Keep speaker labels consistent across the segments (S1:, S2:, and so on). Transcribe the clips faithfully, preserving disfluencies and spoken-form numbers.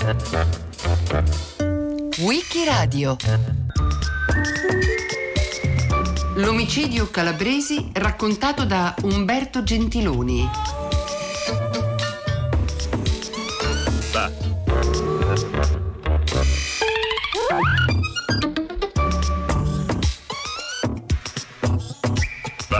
S1: Wikiradio. L'omicidio Calabresi raccontato da Umberto Gentiloni.
S2: Bah. Bah.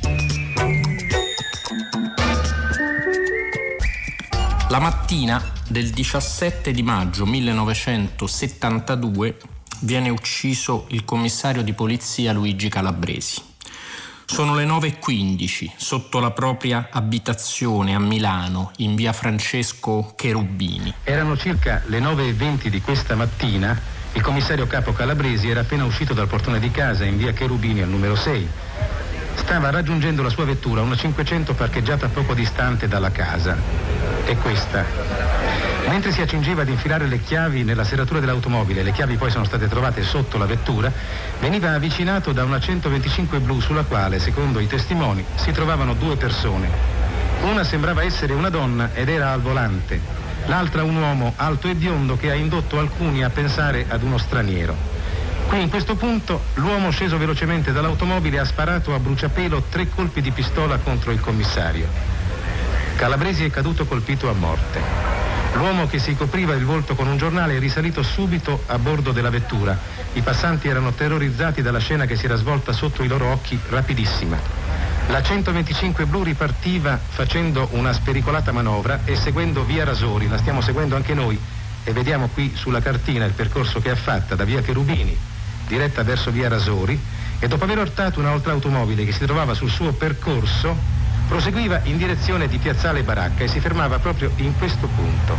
S3: La mattina del diciassette di maggio millenovecentosettantadue viene ucciso il commissario di polizia Luigi Calabresi. Sono le nove e quindici, sotto la propria abitazione a Milano, in via Francesco Cherubini.
S4: Erano circa le nove e venti di questa mattina. Il commissario capo Calabresi era appena uscito dal portone di casa in via Cherubini al numero sei. Stava raggiungendo la sua vettura, una cinquecento parcheggiata poco distante dalla casa. E questa. Mentre si accingeva ad infilare le chiavi nella serratura dell'automobile, le chiavi poi sono state trovate sotto la vettura, veniva avvicinato da una centoventicinque blu sulla quale, secondo i testimoni, si trovavano due persone. Una sembrava essere una donna ed era al volante, l'altra un uomo alto e biondo che ha indotto alcuni a pensare ad uno straniero. Qui in questo punto l'uomo, sceso velocemente dall'automobile, ha sparato a bruciapelo tre colpi di pistola contro il commissario. Calabresi è caduto colpito a morte. L'uomo, che si copriva il volto con un giornale, è risalito subito a bordo della vettura. I passanti erano terrorizzati dalla scena che si era svolta sotto i loro occhi, rapidissima. La centoventicinque blu ripartiva facendo una spericolata manovra e seguendo via Rasori. La stiamo seguendo anche noi e vediamo qui sulla cartina il percorso che ha fatta da via Cherubini, diretta verso via Rasori, e dopo aver ortato un'altra automobile che si trovava sul suo percorso, proseguiva in direzione di Piazzale Baracca e si fermava proprio in questo punto.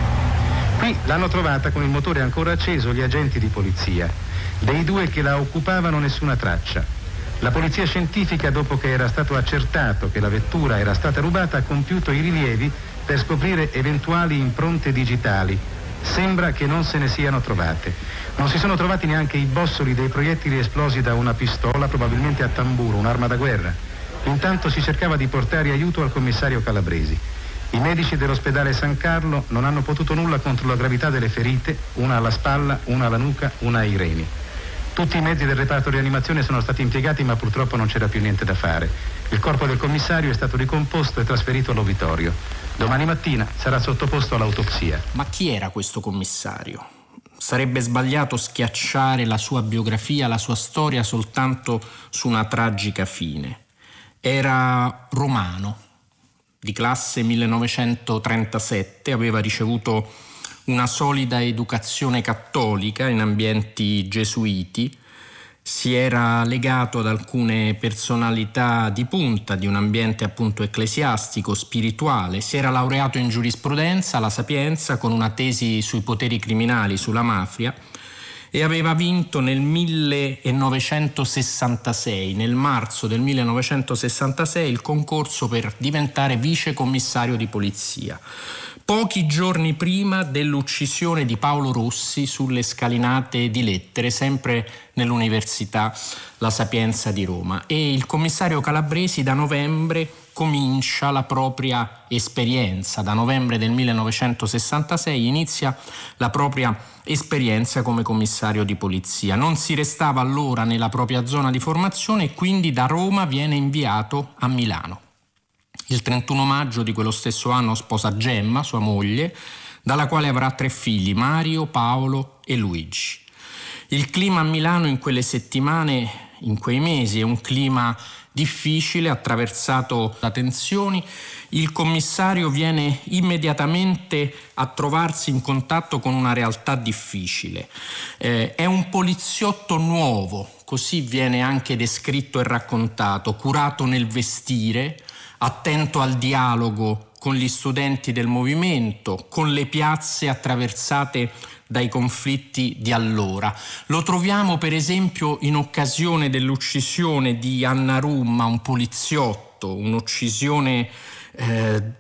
S4: Qui l'hanno trovata con il motore ancora acceso gli agenti di polizia. Dei due che la occupavano nessuna traccia. La polizia scientifica, dopo che era stato accertato che la vettura era stata rubata, ha compiuto i rilievi per scoprire eventuali impronte digitali. Sembra che non se ne siano trovate. Non si sono trovati neanche i bossoli dei proiettili esplosi da una pistola, probabilmente a tamburo, un'arma da guerra. Intanto si cercava di portare aiuto al commissario Calabresi. I medici dell'ospedale San Carlo non hanno potuto nulla contro la gravità delle ferite, una alla spalla, una alla nuca, una ai reni. Tutti i mezzi del reparto rianimazione sono stati impiegati, ma purtroppo non c'era più niente da fare. Il corpo del commissario è stato ricomposto e trasferito all'obitorio. Domani mattina sarà sottoposto all'autopsia.
S3: Ma chi era questo commissario? Sarebbe sbagliato schiacciare la sua biografia, la sua storia soltanto su una tragica fine. Era romano, di classe millenovecentotrentasette, aveva ricevuto una solida educazione cattolica in ambienti gesuiti, si era legato ad alcune personalità di punta di un ambiente appunto ecclesiastico, spirituale, si era laureato in giurisprudenza alla Sapienza con una tesi sui poteri criminali, sulla mafia, e aveva vinto nel millenovecentosessantasei, nel marzo del millenovecentosessantasei, il concorso per diventare vice commissario di polizia, pochi giorni prima dell'uccisione di Paolo Rossi sulle scalinate di Lettere, sempre nell'Università La Sapienza di Roma. E il commissario Calabresi da novembre comincia la propria esperienza. Da novembre del millenovecentosessantasei inizia la propria esperienza come commissario di polizia. Non si restava allora nella propria zona di formazione e quindi da Roma viene inviato a Milano. Il trentuno maggio di quello stesso anno sposa Gemma, sua moglie, dalla quale avrà tre figli, Mario, Paolo e Luigi. Il clima a Milano in quelle settimane, in quei mesi, è un clima difficile, attraversato da tensioni. Il commissario viene immediatamente a trovarsi in contatto con una realtà difficile. Eh, è un poliziotto nuovo, così viene anche descritto e raccontato, curato nel vestire, attento al dialogo con gli studenti del movimento, con le piazze attraversate dai conflitti di allora. Lo troviamo per esempio in occasione dell'uccisione di Anna Rumma, un poliziotto, un'uccisione eh,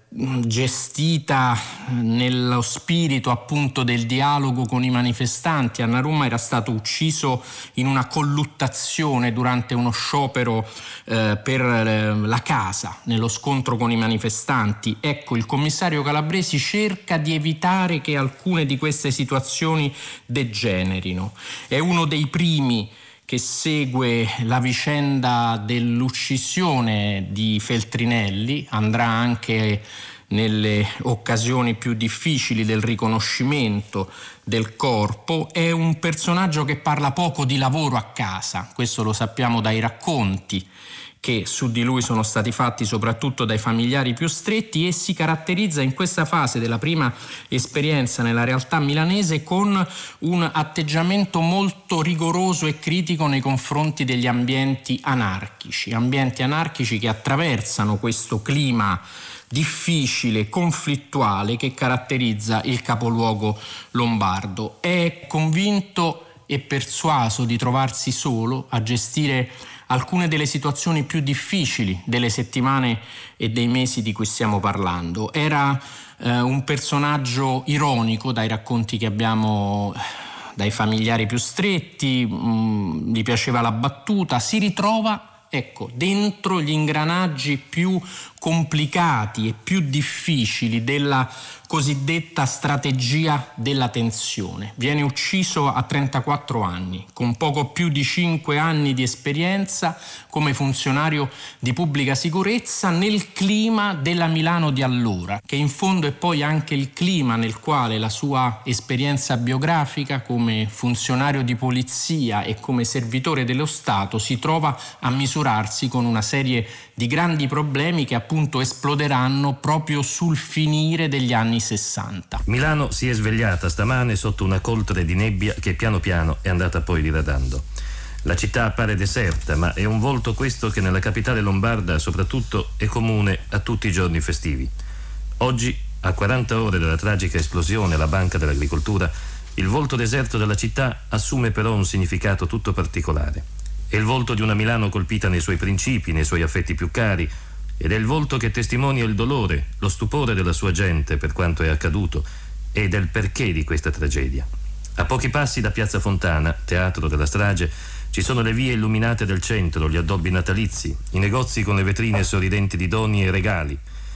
S3: gestita nello spirito appunto del dialogo con i manifestanti. Annarumma era stato ucciso in una colluttazione durante uno sciopero eh, per eh, la casa, nello scontro con i manifestanti. Ecco, il commissario Calabresi cerca di evitare che alcune di queste situazioni degenerino. È uno dei primi che segue la vicenda dell'uccisione di Feltrinelli, andrà anche nelle occasioni più difficili del riconoscimento del corpo. È un personaggio che parla poco di lavoro a casa, questo lo sappiamo dai racconti che su di lui sono stati fatti soprattutto dai familiari più stretti, e si caratterizza in questa fase della prima esperienza nella realtà milanese con un atteggiamento molto rigoroso e critico nei confronti degli ambienti anarchici, ambienti anarchici che attraversano questo clima difficile, conflittuale che caratterizza il capoluogo lombardo. È convinto e persuaso di trovarsi solo a gestire alcune delle situazioni più difficili delle settimane e dei mesi di cui stiamo parlando. Era eh, un personaggio ironico dai racconti che abbiamo dai familiari più stretti, mh, gli piaceva la battuta, si ritrova, ecco, dentro gli ingranaggi più complicati e più difficili della cosiddetta strategia della tensione. Viene ucciso a trentaquattro anni, con poco più di cinque anni di esperienza come funzionario di pubblica sicurezza nel clima della Milano di allora, che in fondo è poi anche il clima nel quale la sua esperienza biografica come funzionario di polizia e come servitore dello Stato si trova a misurarsi con una serie di grandi problemi che appunto esploderanno proprio sul finire degli anni sessanta.
S5: Milano si è svegliata stamane sotto una coltre di nebbia che piano piano è andata poi diradando. La città appare deserta, ma è un volto questo che nella capitale lombarda soprattutto è comune a tutti i giorni festivi. Oggi, a quaranta ore dalla tragica esplosione alla Banca dell'Agricoltura, il volto deserto della città assume però un significato tutto particolare. È il volto di una Milano colpita nei suoi principi, nei suoi affetti più cari, ed è il volto che testimonia il dolore, lo stupore della sua gente per quanto è accaduto e del perché di questa tragedia. A pochi passi da Piazza Fontana, teatro della strage, ci sono le vie illuminate del centro, gli addobbi natalizi, i negozi con le vetrine sorridenti di doni e regali.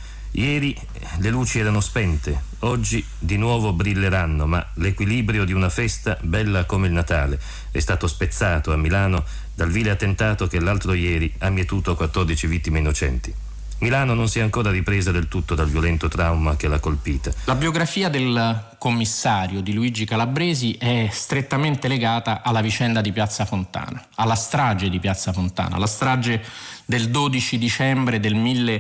S5: Ieri le luci erano spente, oggi di nuovo brilleranno, ma l'equilibrio di una festa bella come il Natale è stato spezzato a Milano dal vile attentato che l'altro ieri ha mietuto quattordici vittime innocenti. Milano non si è ancora ripresa del tutto dal violento trauma che l'ha colpita.
S3: La biografia del commissario di Luigi Calabresi è strettamente legata alla vicenda di Piazza Fontana, alla strage di Piazza Fontana, la strage del dodici dicembre del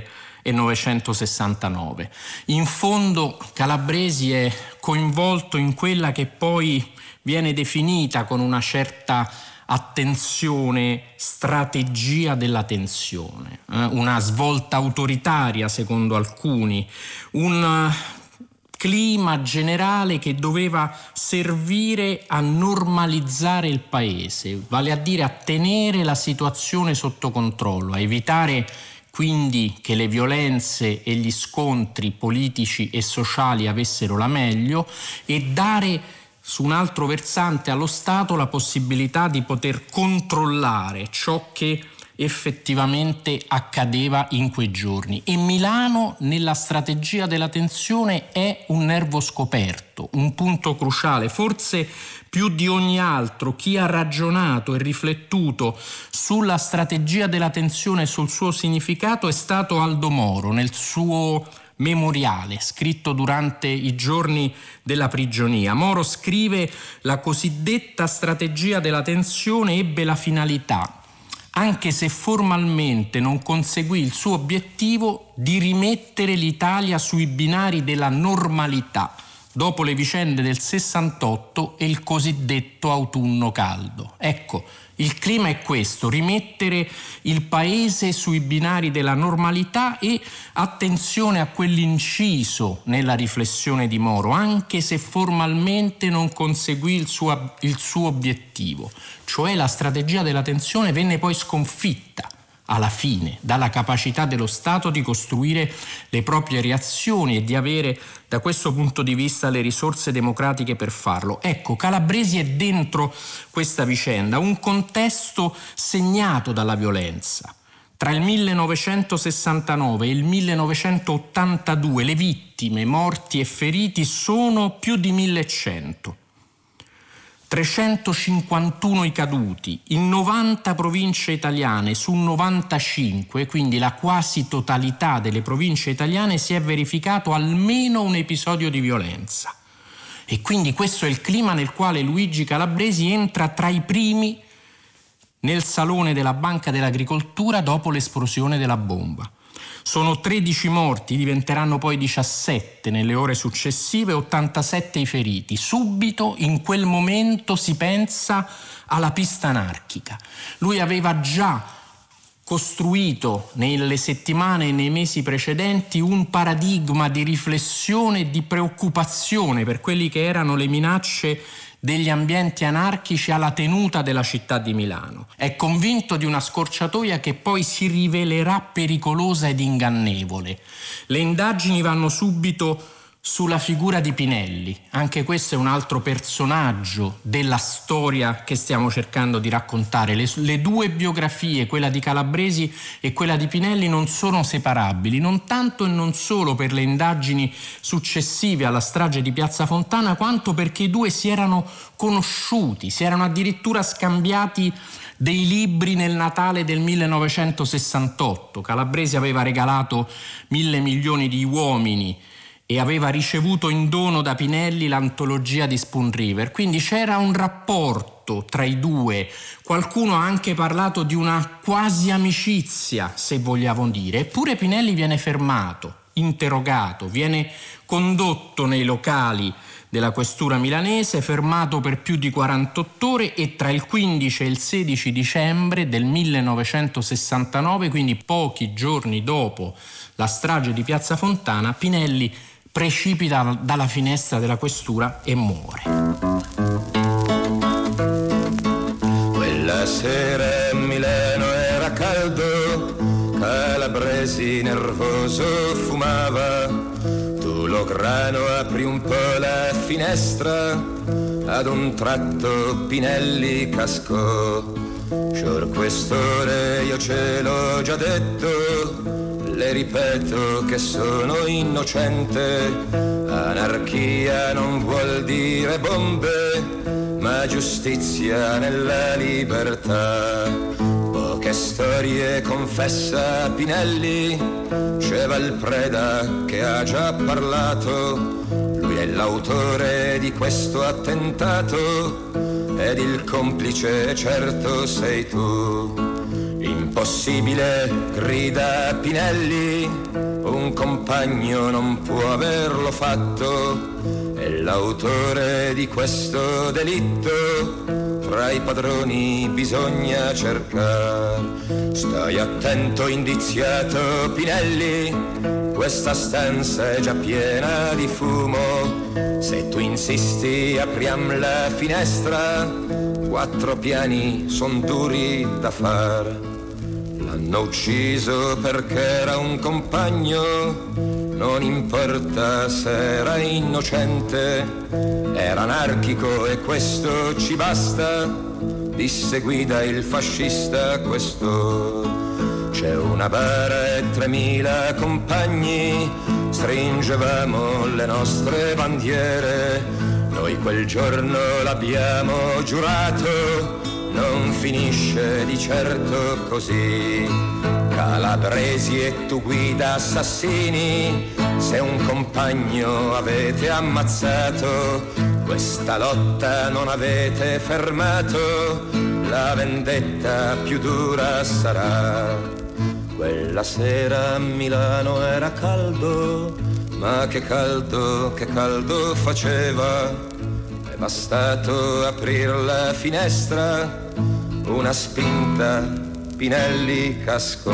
S3: millenovecentosessantanove. In fondo Calabresi è coinvolto in quella che poi viene definita con una certa attenzione, strategia della tensione, eh? una svolta autoritaria secondo alcuni, un clima generale che doveva servire a normalizzare il paese, vale a dire a tenere la situazione sotto controllo, a evitare quindi che le violenze e gli scontri politici e sociali avessero la meglio e dare su un altro versante allo Stato la possibilità di poter controllare ciò che effettivamente accadeva in quei giorni. E Milano nella strategia della tensione è un nervo scoperto, un punto cruciale. Forse più di ogni altro chi ha ragionato e riflettuto sulla strategia della tensione e sul suo significato è stato Aldo Moro nel suo memoriale scritto durante i giorni della prigionia. Moro scrive: la cosiddetta strategia della tensione ebbe la finalità, anche se formalmente non conseguì il suo obiettivo, di rimettere l'Italia sui binari della normalità dopo le vicende del sessantotto e il cosiddetto autunno caldo. Ecco, il clima è questo: rimettere il paese sui binari della normalità. E attenzione a quell'inciso nella riflessione di Moro, anche se formalmente non conseguì il suo, il suo obiettivo, cioè la strategia della tensione venne poi sconfitta alla fine, dalla capacità dello Stato di costruire le proprie reazioni e di avere da questo punto di vista le risorse democratiche per farlo. Ecco, Calabresi è dentro questa vicenda, un contesto segnato dalla violenza. Tra il millenovecentosessantanove e il millenovecentottantadue le vittime, morti e feriti sono più di millecento. trecentocinquantuno i caduti, in novanta province italiane su novantacinque, quindi la quasi totalità delle province italiane, si è verificato almeno un episodio di violenza. E quindi questo è il clima nel quale Luigi Calabresi entra tra i primi nel salone della Banca dell'Agricoltura dopo l'esplosione della bomba. Sono tredici morti, diventeranno poi diciassette nelle ore successive, ottantasette i feriti. Subito, in quel momento, si pensa alla pista anarchica. Lui aveva già costruito nelle settimane e nei mesi precedenti un paradigma di riflessione e di preoccupazione per quelli che erano le minacce degli ambienti anarchici alla tenuta della città di Milano. È convinto di una scorciatoia che poi si rivelerà pericolosa ed ingannevole. Le indagini vanno subito sulla figura di Pinelli. Anche questo è un altro personaggio della storia che stiamo cercando di raccontare. Le, le due biografie, quella di Calabresi e quella di Pinelli, non sono separabili, non tanto e non solo per le indagini successive alla strage di Piazza Fontana, quanto perché i due si erano conosciuti, si erano addirittura scambiati dei libri nel Natale del millenovecentosessantotto. Calabresi aveva regalato Mille milioni di uomini e aveva ricevuto in dono da Pinelli l'antologia di Spoon River, quindi c'era un rapporto tra i due. Qualcuno ha anche parlato di una quasi amicizia, se vogliamo dire. Eppure Pinelli viene fermato, interrogato, viene condotto nei locali della questura milanese, fermato per più di quarantotto ore, e tra il quindici e il sedici dicembre del millenovecentosessantanove, quindi pochi giorni dopo la strage di Piazza Fontana, Pinelli precipita dalla finestra della questura e muore.
S6: Quella sera a Milano era caldo, Calabresi nervoso fumava. Tu lo grano apri un po' la finestra, ad un tratto Pinelli cascò. Scior quest'ore io ce l'ho già detto, le ripeto che sono innocente. Anarchia non vuol dire bombe, ma giustizia nella libertà. Poche storie confessa Pinelli, c'è Valpreda che ha già parlato. Lui è l'autore di questo attentato ed il complice certo sei tu. Impossibile, grida Pinelli, un compagno non può averlo fatto. È l'autore di questo delitto, tra i padroni bisogna cercare. Stai attento, indiziato Pinelli, questa stanza è già piena di fumo. Se tu insisti apriam la finestra, quattro piani son duri da far. L'hanno ucciso perché era un compagno, non importa se era innocente. Era anarchico e questo ci basta, disse Guida il fascista questo. C'è una bara e tremila compagni, stringevamo le nostre bandiere. Noi quel giorno l'abbiamo giurato, non finisce di certo così. Calabresi e tu Guida assassini, se un compagno avete ammazzato, questa lotta non avete fermato, la vendetta più dura sarà. Quella sera a Milano era caldo, ma che caldo, che caldo faceva. È bastato aprir la finestra, una spinta, Pinelli cascò.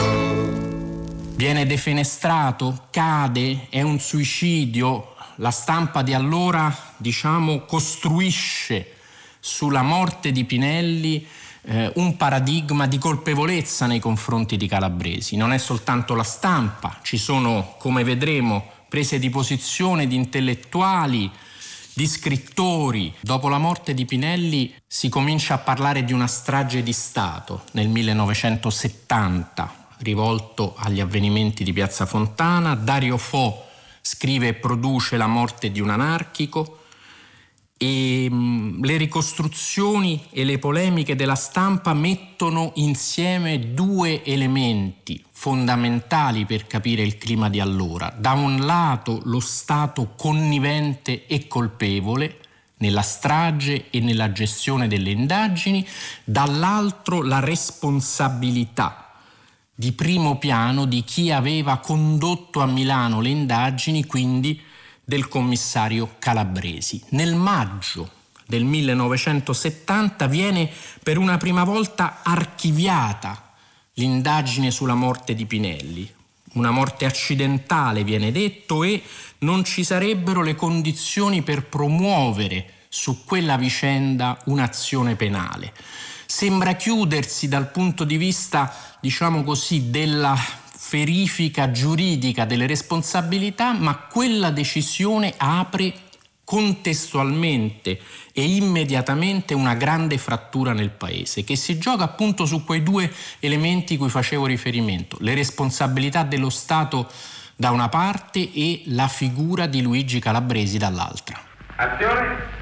S3: Viene defenestrato, cade, è un suicidio. La stampa di allora, diciamo, costruisce sulla morte di Pinelli eh, un paradigma di colpevolezza nei confronti di Calabresi. Non è soltanto la stampa, ci sono, come vedremo, prese di posizione di intellettuali, di scrittori. Dopo la morte di Pinelli si comincia a parlare di una strage di Stato nel millenovecentosettanta, rivolto agli avvenimenti di Piazza Fontana. Dario Fo scrive e produce La morte di un anarchico, e mh, le ricostruzioni e le polemiche della stampa mettono insieme due elementi fondamentali per capire il clima di allora. Da un lato lo Stato connivente e colpevole nella strage e nella gestione delle indagini, dall'altro la responsabilità di primo piano di chi aveva condotto a Milano le indagini, quindi del commissario Calabresi. Nel maggio del millenovecentosettanta viene per una prima volta archiviata l'indagine sulla morte di Pinelli. Una morte accidentale, viene detto, e non ci sarebbero le condizioni per promuovere su quella vicenda un'azione penale. Sembra chiudersi dal punto di vista, diciamo così, della verifica giuridica delle responsabilità, ma quella decisione apre contestualmente e immediatamente una grande frattura nel paese, che si gioca appunto su quei due elementi cui facevo riferimento: le responsabilità dello Stato da una parte e la figura di Luigi Calabresi dall'altra.
S7: Azione!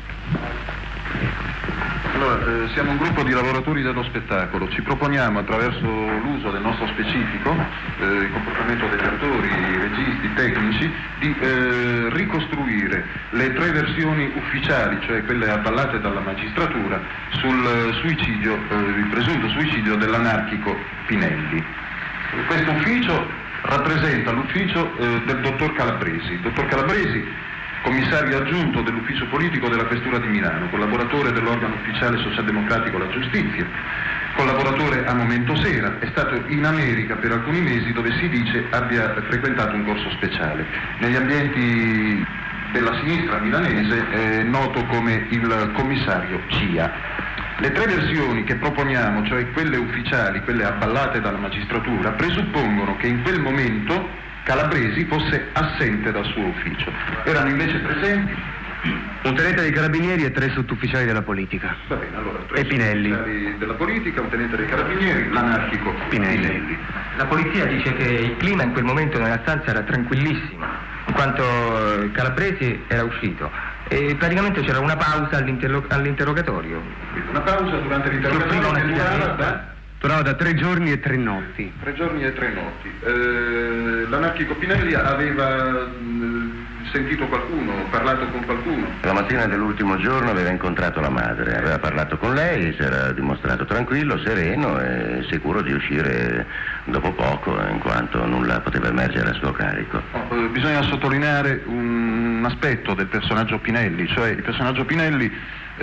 S8: Allora, eh, siamo un gruppo di lavoratori dello spettacolo. Ci proponiamo, attraverso l'uso del nostro specifico, eh, il comportamento degli attori, registi, tecnici, di eh, ricostruire le tre versioni ufficiali, cioè quelle avallate dalla magistratura, sul suicidio, eh, il presunto suicidio dell'anarchico Pinelli. Questo ufficio rappresenta l'ufficio eh, del dottor Calabresi. Il dottor Calabresi, commissario aggiunto dell'ufficio politico della Questura di Milano, collaboratore dell'organo ufficiale socialdemocratico La Giustizia, collaboratore a Momento Sera, è stato in America per alcuni mesi, dove si dice abbia frequentato un corso speciale. Negli ambienti della sinistra milanese è noto come il commissario C I A. Le tre versioni che proponiamo, cioè quelle ufficiali, quelle avallate dalla magistratura, presuppongono che in quel momento Calabresi fosse assente dal suo ufficio. Erano invece presenti
S7: un tenente dei carabinieri e tre sottufficiali della politica.
S8: Va bene, allora, tre
S7: e Pinelli
S8: sottufficiali della politica, un tenente dei carabinieri, l'anarchico Pinelli. Pinelli.
S9: La polizia dice che il clima in quel momento nella stanza era tranquillissimo, in quanto Calabresi era uscito e praticamente c'era una pausa all'interro- all'interrogatorio.
S8: Una pausa durante l'interrogatorio che durava da...
S7: Durava da tre giorni e tre notti.
S8: Tre giorni e tre notti. Eh, l'anarchico Pinelli aveva mh, sentito qualcuno, parlato con qualcuno?
S10: La mattina dell'ultimo giorno aveva incontrato la madre, aveva parlato con lei, si era dimostrato tranquillo, sereno e sicuro di uscire dopo poco, in quanto nulla poteva emergere a suo carico.
S8: Oh, eh, bisogna sottolineare un aspetto del personaggio Pinelli, cioè il personaggio Pinelli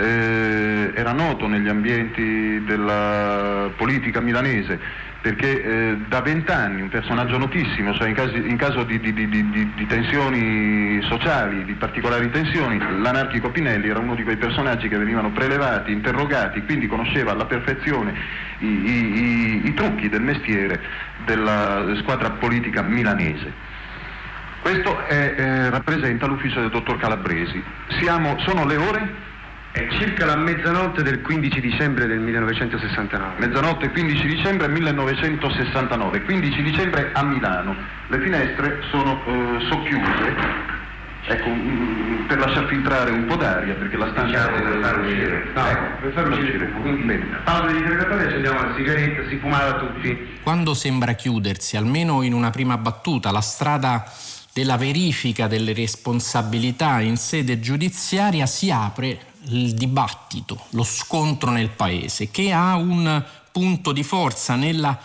S8: Eh, era noto negli ambienti della politica milanese, perché eh, da vent'anni un personaggio notissimo, cioè in, casi, in caso di, di, di, di, di tensioni sociali, di particolari tensioni, l'anarchico Pinelli era uno di quei personaggi che venivano prelevati, interrogati, quindi conosceva alla perfezione i, i, i, i trucchi del mestiere della squadra politica milanese. Questo è, eh, rappresenta l'ufficio del dottor Calabresi. Siamo, sono le ore?
S7: È circa la mezzanotte del quindici dicembre del millenovecentosessantanove.
S8: Mezzanotte quindici dicembre millenovecentosessantanove, quindici dicembre a Milano. Le finestre sono eh, socchiuse, ecco, mh, per lasciar filtrare un po' d'aria, perché la stanza
S7: diciamo
S8: deve far uscire.
S7: No, ecco, per far uscire. Bene. Pausa di interrogatorio, accendiamo la sigaretta, si fumava tutti.
S3: Quando sembra chiudersi, almeno in una prima battuta, la strada della verifica delle responsabilità in sede giudiziaria, si apre il dibattito, lo scontro nel paese, che ha un punto di forza nella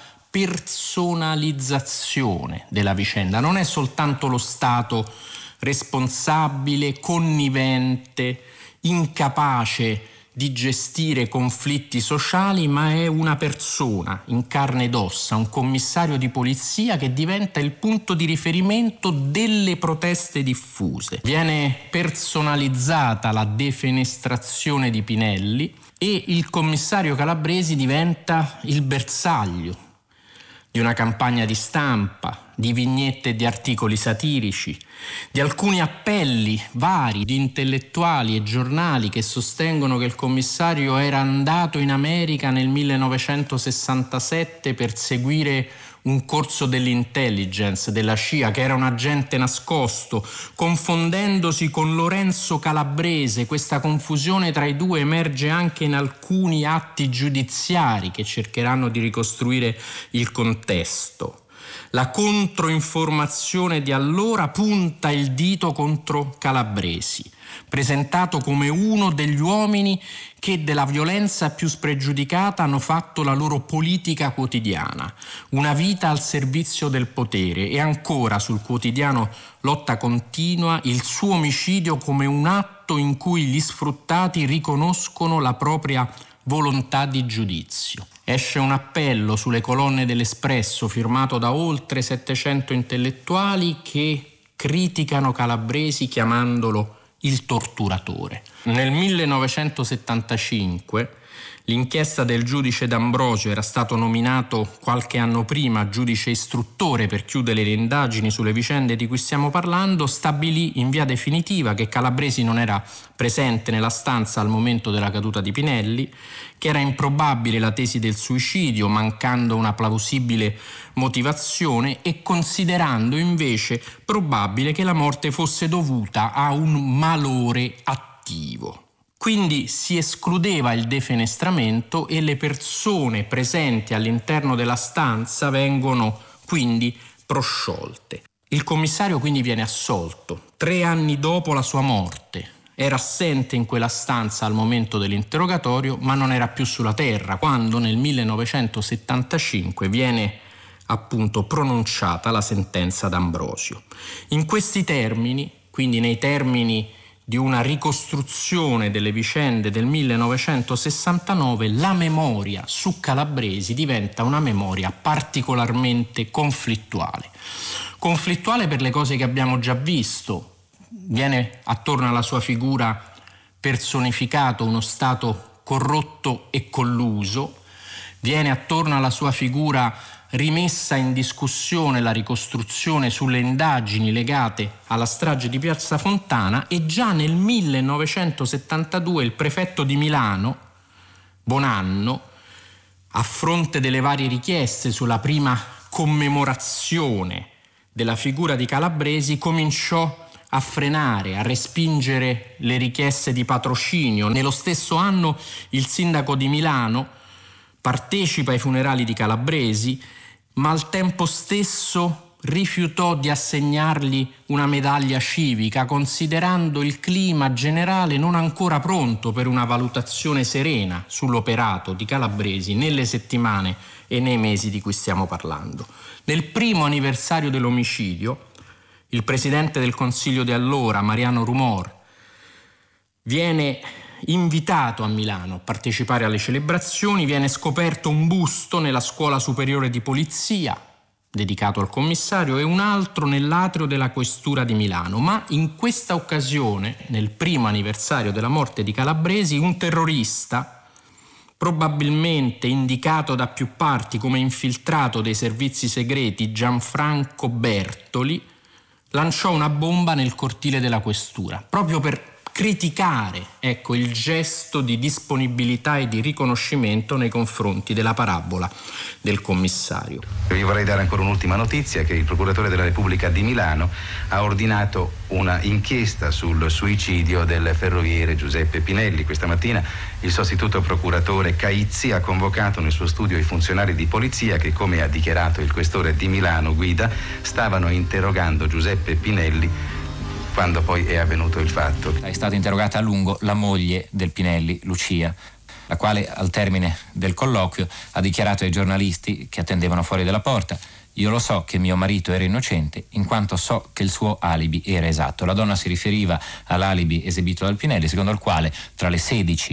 S3: personalizzazione della vicenda. Non è soltanto lo Stato responsabile, connivente, incapace di gestire conflitti sociali, ma è una persona in carne ed ossa, un commissario di polizia che diventa il punto di riferimento delle proteste diffuse. Viene personalizzata la defenestrazione di Pinelli e il commissario Calabresi diventa il bersaglio di una campagna di stampa, di vignette e di articoli satirici, di alcuni appelli vari di intellettuali e giornali che sostengono che il commissario era andato in America nel millenovecentosessantasette per seguire un corso dell'intelligence della C I A, che era un agente nascosto, confondendosi con Lorenzo Calabrese. Questa confusione tra i due emerge anche in alcuni atti giudiziari che cercheranno di ricostruire il contesto. La controinformazione di allora punta il dito contro Calabresi, presentato come uno degli uomini che della violenza più spregiudicata hanno fatto la loro politica quotidiana, una vita al servizio del potere, e ancora sul quotidiano Lotta Continua il suo omicidio come un atto in cui gli sfruttati riconoscono la propria volontà di giudizio. Esce un appello sulle colonne dell'Espresso firmato da oltre settecento intellettuali che criticano Calabresi chiamandolo il torturatore. Nel millenovecentosettantacinque l'inchiesta del giudice D'Ambrosio, era stato nominato qualche anno prima giudice istruttore per chiudere le indagini sulle vicende di cui stiamo parlando, stabilì in via definitiva che Calabresi non era presente nella stanza al momento della caduta di Pinelli, che era improbabile la tesi del suicidio, mancando una plausibile motivazione, e considerando invece probabile che la morte fosse dovuta a un malore attivo. Quindi si escludeva il defenestramento e le persone presenti all'interno della stanza vengono quindi prosciolte. Il commissario quindi viene assolto tre anni dopo la sua morte. Era assente in quella stanza al momento dell'interrogatorio, ma non era più sulla terra quando nel millenovecentosettantacinque viene appunto pronunciata la sentenza D'Ambrosio. In questi termini, quindi nei termini di una ricostruzione delle vicende del millenovecentosessantanove, la memoria su Calabresi diventa una memoria particolarmente conflittuale. Conflittuale per le cose che abbiamo già visto. Viene attorno alla sua figura personificato uno Stato corrotto e colluso, viene attorno alla sua figura rimessa in discussione la ricostruzione sulle indagini legate alla strage di Piazza Fontana, e già nel millenovecentosettantadue il prefetto di Milano, Bonanno, a fronte delle varie richieste sulla prima commemorazione della figura di Calabresi, cominciò a frenare, a respingere le richieste di patrocinio. Nello stesso anno il sindaco di Milano partecipa ai funerali di Calabresi, ma al tempo stesso rifiutò di assegnargli una medaglia civica, considerando il clima generale non ancora pronto per una valutazione serena sull'operato di Calabresi nelle settimane e nei mesi di cui stiamo parlando. Nel primo anniversario dell'omicidio, il presidente del Consiglio di allora, Mariano Rumor, viene invitato a Milano a partecipare alle celebrazioni. Viene scoperto un busto nella Scuola Superiore di Polizia dedicato al commissario e un altro nell'atrio della Questura di Milano. Ma in questa occasione, nel primo anniversario della morte di Calabresi, un terrorista, probabilmente indicato da più parti come infiltrato dei servizi segreti, Gianfranco Bertoli, lanciò una bomba nel cortile della Questura, proprio per criticare, ecco, il gesto di disponibilità e di riconoscimento nei confronti della parabola del commissario.
S11: Vi vorrei dare ancora un'ultima notizia, che il procuratore della Repubblica di Milano ha ordinato una inchiesta sul suicidio del ferroviere Giuseppe Pinelli. Questa mattina il sostituto procuratore Caizzi ha convocato nel suo studio i funzionari di polizia che, come ha dichiarato il questore di Milano Guida, stavano interrogando Giuseppe Pinelli quando poi è avvenuto il fatto.
S12: È stata interrogata a lungo la moglie del Pinelli, Lucia, la quale al termine del colloquio ha dichiarato ai giornalisti che attendevano fuori dalla porta: io lo so che mio marito era innocente in quanto so che il suo alibi era esatto. La donna si riferiva all'alibi esibito dal Pinelli, secondo il quale tra le sedici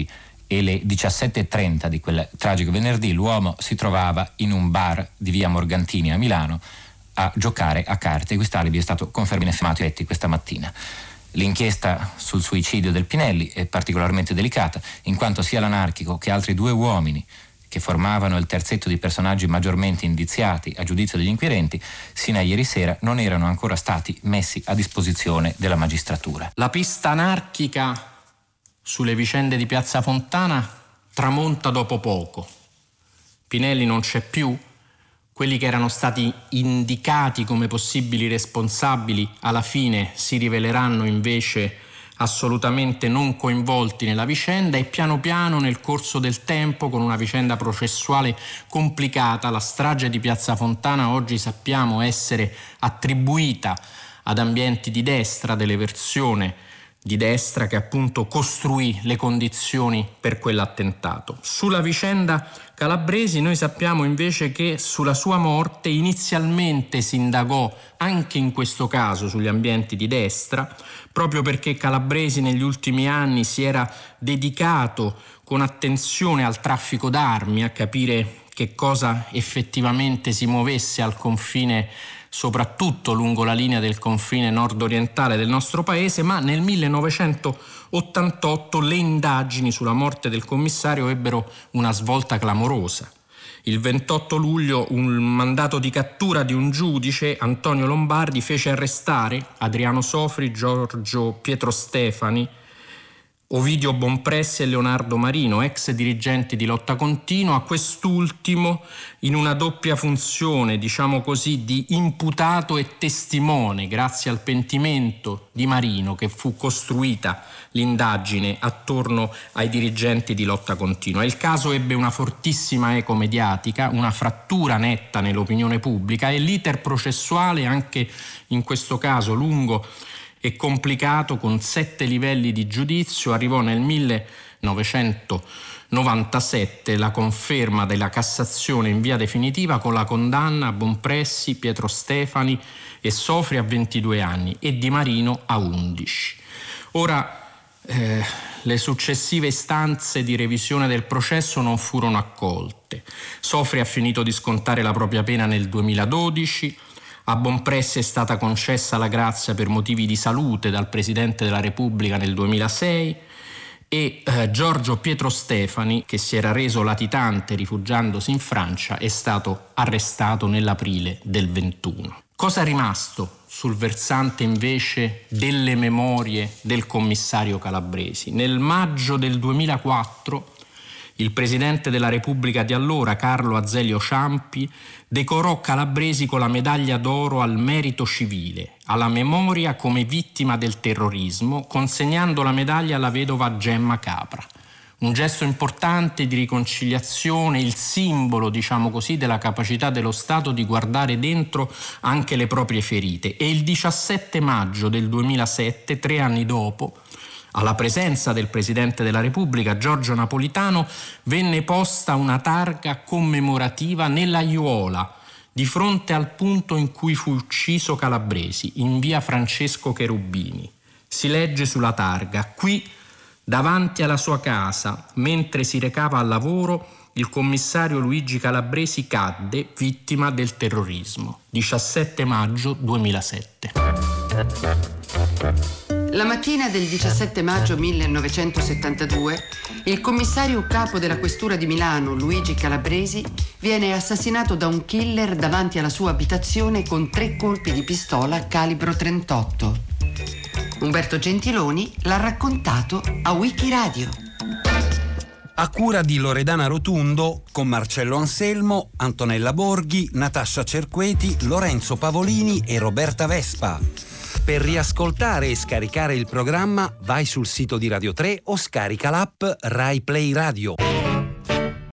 S12: e le diciassette e trenta di quel tragico venerdì l'uomo si trovava in un bar di via Morgantini a Milano a giocare a carte. Questo alibi è stato confermato questa mattina. L'inchiesta sul suicidio del Pinelli è particolarmente delicata, in quanto sia l'anarchico che altri due uomini che formavano il terzetto di personaggi maggiormente indiziati a giudizio degli inquirenti, sino a ieri sera non erano ancora stati messi a disposizione della magistratura.
S3: La pista anarchica sulle vicende di Piazza Fontana tramonta dopo poco. Pinelli non c'è più. Quelli che erano stati indicati come possibili responsabili alla fine si riveleranno invece assolutamente non coinvolti nella vicenda, e piano piano nel corso del tempo, con una vicenda processuale complicata, la strage di Piazza Fontana oggi sappiamo essere attribuita ad ambienti di destra, delle versioni di destra che appunto costruì le condizioni per quell'attentato. Sulla vicenda Calabresi noi sappiamo invece che sulla sua morte inizialmente si indagò anche in questo caso sugli ambienti di destra, proprio perché Calabresi negli ultimi anni si era dedicato con attenzione al traffico d'armi, a capire che cosa effettivamente si muovesse al confine, soprattutto lungo la linea del confine nord-orientale del nostro paese, ma nel millenovecentottantotto le indagini sulla morte del commissario ebbero una svolta clamorosa. Il ventotto luglio un mandato di cattura di un giudice, Antonio Lombardi, fece arrestare Adriano Sofri, Giorgio Pietro Stefani, Ovidio Bonpressi e Leonardo Marino, ex dirigenti di Lotta Continua, a quest'ultimo in una doppia funzione, diciamo così, di imputato e testimone, grazie al pentimento di Marino che fu costruita l'indagine attorno ai dirigenti di Lotta Continua. Il caso ebbe una fortissima eco mediatica, una frattura netta nell'opinione pubblica, e l'iter processuale, anche in questo caso lungo e complicato, con sette livelli di giudizio, arrivò nel millenovecentonovantasette la conferma della Cassazione in via definitiva, con la condanna a Bonpressi, Pietro Stefani e Sofri a ventidue anni e Di Marino a undici. Ora eh, le successive istanze di revisione del processo non furono accolte. Sofri ha finito di scontare la propria pena nel duemiladodici. A Bonpressi è stata concessa la grazia per motivi di salute dal Presidente della Repubblica nel duemilasei, e eh, Giorgio Pietro Stefani, che si era reso latitante rifugiandosi in Francia, è stato arrestato nell'aprile del ventuno. Cosa è rimasto sul versante invece delle memorie del commissario Calabresi? Nel maggio del duemilaquattro il Presidente della Repubblica di allora, Carlo Azeglio Ciampi, decorò Calabresi con la medaglia d'oro al merito civile, alla memoria come vittima del terrorismo, consegnando la medaglia alla vedova Gemma Capra. Un gesto importante di riconciliazione, il simbolo, diciamo così, della capacità dello Stato di guardare dentro anche le proprie ferite. E il diciassette maggio del duemilasette, tre anni dopo, alla presenza del Presidente della Repubblica, Giorgio Napolitano, venne posta una targa commemorativa nell'aiuola, di fronte al punto in cui fu ucciso Calabresi, in via Francesco Cherubini. Si legge sulla targa: qui, davanti alla sua casa, mentre si recava al lavoro, il commissario Luigi Calabresi cadde vittima del terrorismo. diciassette maggio duemilasette.
S1: La mattina del diciassette maggio millenovecentosettantadue, il commissario capo della questura di Milano, Luigi Calabresi, viene assassinato da un killer davanti alla sua abitazione con tre colpi di pistola calibro trentotto. Umberto Gentiloni l'ha raccontato a Wikiradio.
S13: A cura di Loredana Rotundo, con Marcello Anselmo, Antonella Borghi, Natascia Cerqueti, Lorenzo Pavolini e Roberta Vespa. Per riascoltare e scaricare il programma vai sul sito di Radio tre o scarica l'app Rai Play Radio.